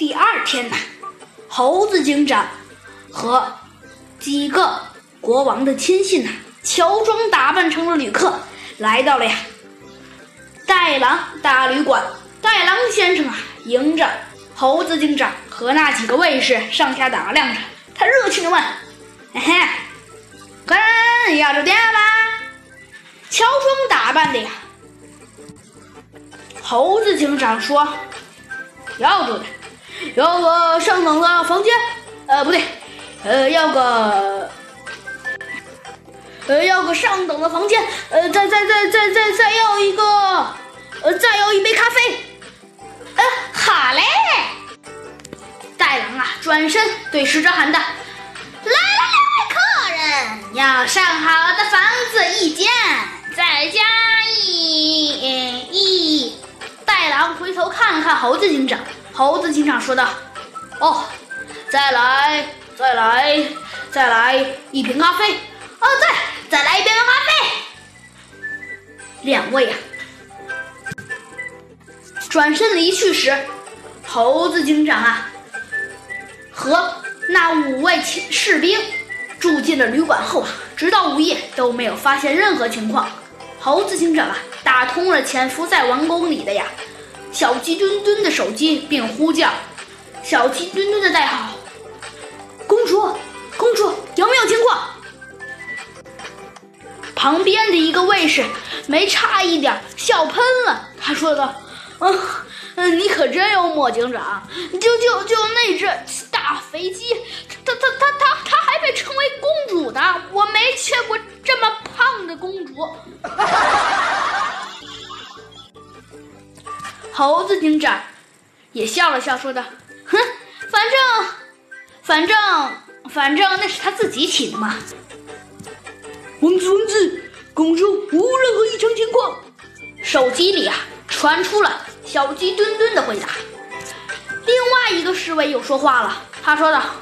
第二天呢，猴子警长和几个国王的亲信乔装打扮成了旅客，来到了带狼大旅馆。带狼先生迎着猴子警长和那几个卫士上下打量着，他热情地问：“嘿嘿，客人要住店吗？”乔装打扮的猴子警长说：“要住的，要个上等的房间，不对，要个上等的房间，再要一个，再要一杯咖啡。”好嘞！带狼转身对使者喊道：“来，客人，要上好的房子一间，再加一。”带狼回头看看猴子警长，猴子警长说道：“哦，再来一瓶咖啡。哦，再来一杯咖啡。”两位转身离去时，猴子警长和那5位士兵住进了旅馆后直到午夜都没有发现任何情况。猴子警长打通了潜伏在王宫里的小鸡墩墩的手机，并呼叫小鸡墩墩的代号：“公主，有没有情况？”旁边的一个卫士没差一点笑喷了，他说道：“你可真幽默，警长！就那只大飞机，它还被称为公主的，我没见过这么胖的公主。”猴子警长也笑了笑，说道：“哼，反正那是他自己起的嘛。”王子，公主无任何异常情况。手机里传出了小鸡墩墩的回答。另外一个侍卫又说话了，他说道：“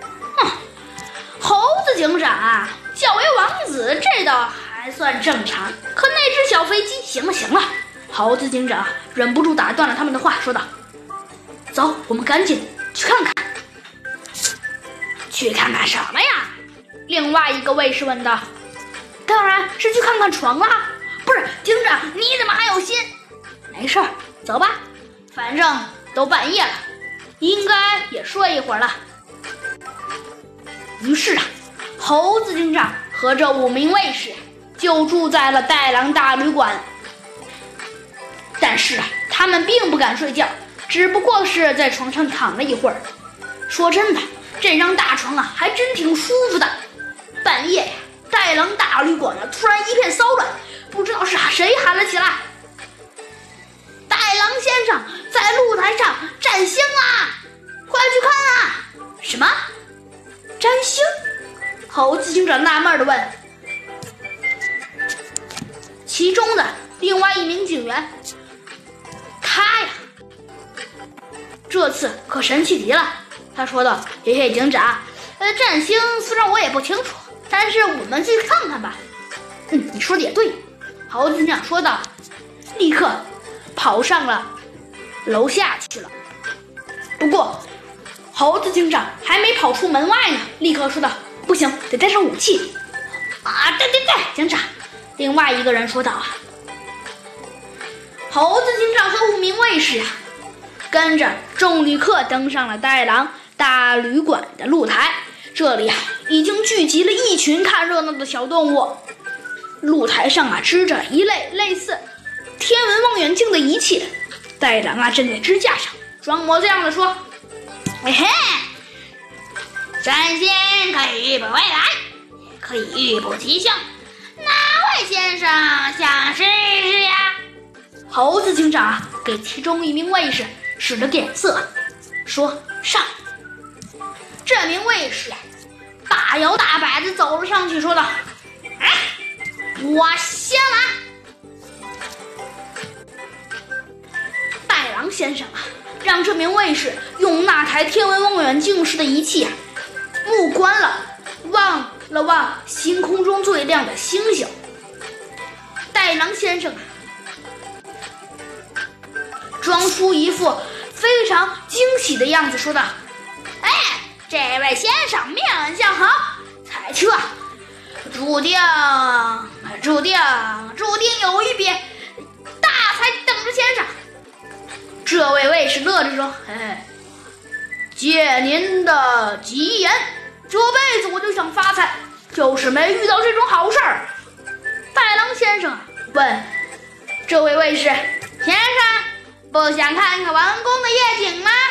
猴子警长叫为王子，这倒还算正常。可那只小飞机，行了。”猴子警长忍不住打断了他们的话，说道：“走，我们赶紧去看看。”“去看看什么呀？”另外一个卫士问道。“当然是去看看床啦。”“不是，警长，你怎么还有心？”“没事儿，走吧，反正都半夜了，应该也睡一会儿了。”于是猴子警长和这5名卫士就住在了带狼大旅馆。但是他们并不敢睡觉，只不过是在床上躺了一会儿。说真的，这张大床还真挺舒服的。半夜带狼大旅馆突然一片骚乱，不知道是谁喊了起来：“带狼先生在露台上占星啦，快去看！”“什么？占星？”猴子警长纳闷地问。其中的另外一名警员，他这次可神气极了。他说道：“嘿嘿，警长，占星虽然我也不清楚，但是我们去看看吧。”“你说的也对。”猴子警长说道，立刻跑上了楼下去了。不过猴子警长还没跑出门外呢，立刻说道：“不行，得带上武器。”“对，警长。”另外一个人说道。猴子警长和5名卫士跟着众旅客登上了带狼大旅馆的露台。这里已经聚集了一群看热闹的小动物。露台上支着一类似天文望远镜的仪器。带狼站在支架上，装模作样的说：“嘿嘿，占星可以预卜未来，也可以预卜吉凶，哪位先生想试试呀？”猴子警长给其中一名卫士使了点色，说：“上。”这名卫士大摇大摆地走了上去，说道：“我先来。”带狼先生让这名卫士用那台天文望远镜式的仪器目观了望星空中最亮的星星。带狼先生装出一副非常惊喜的样子说道：“哎，这位先生面相好，猜测注定有一笔大财等着先生。”这位卫士乐着说：“借您的吉言，这辈子我就想发财，就是没遇到这种好事儿。”太郎先生问这位卫士：“先生，不想看看王宫的夜景吗？”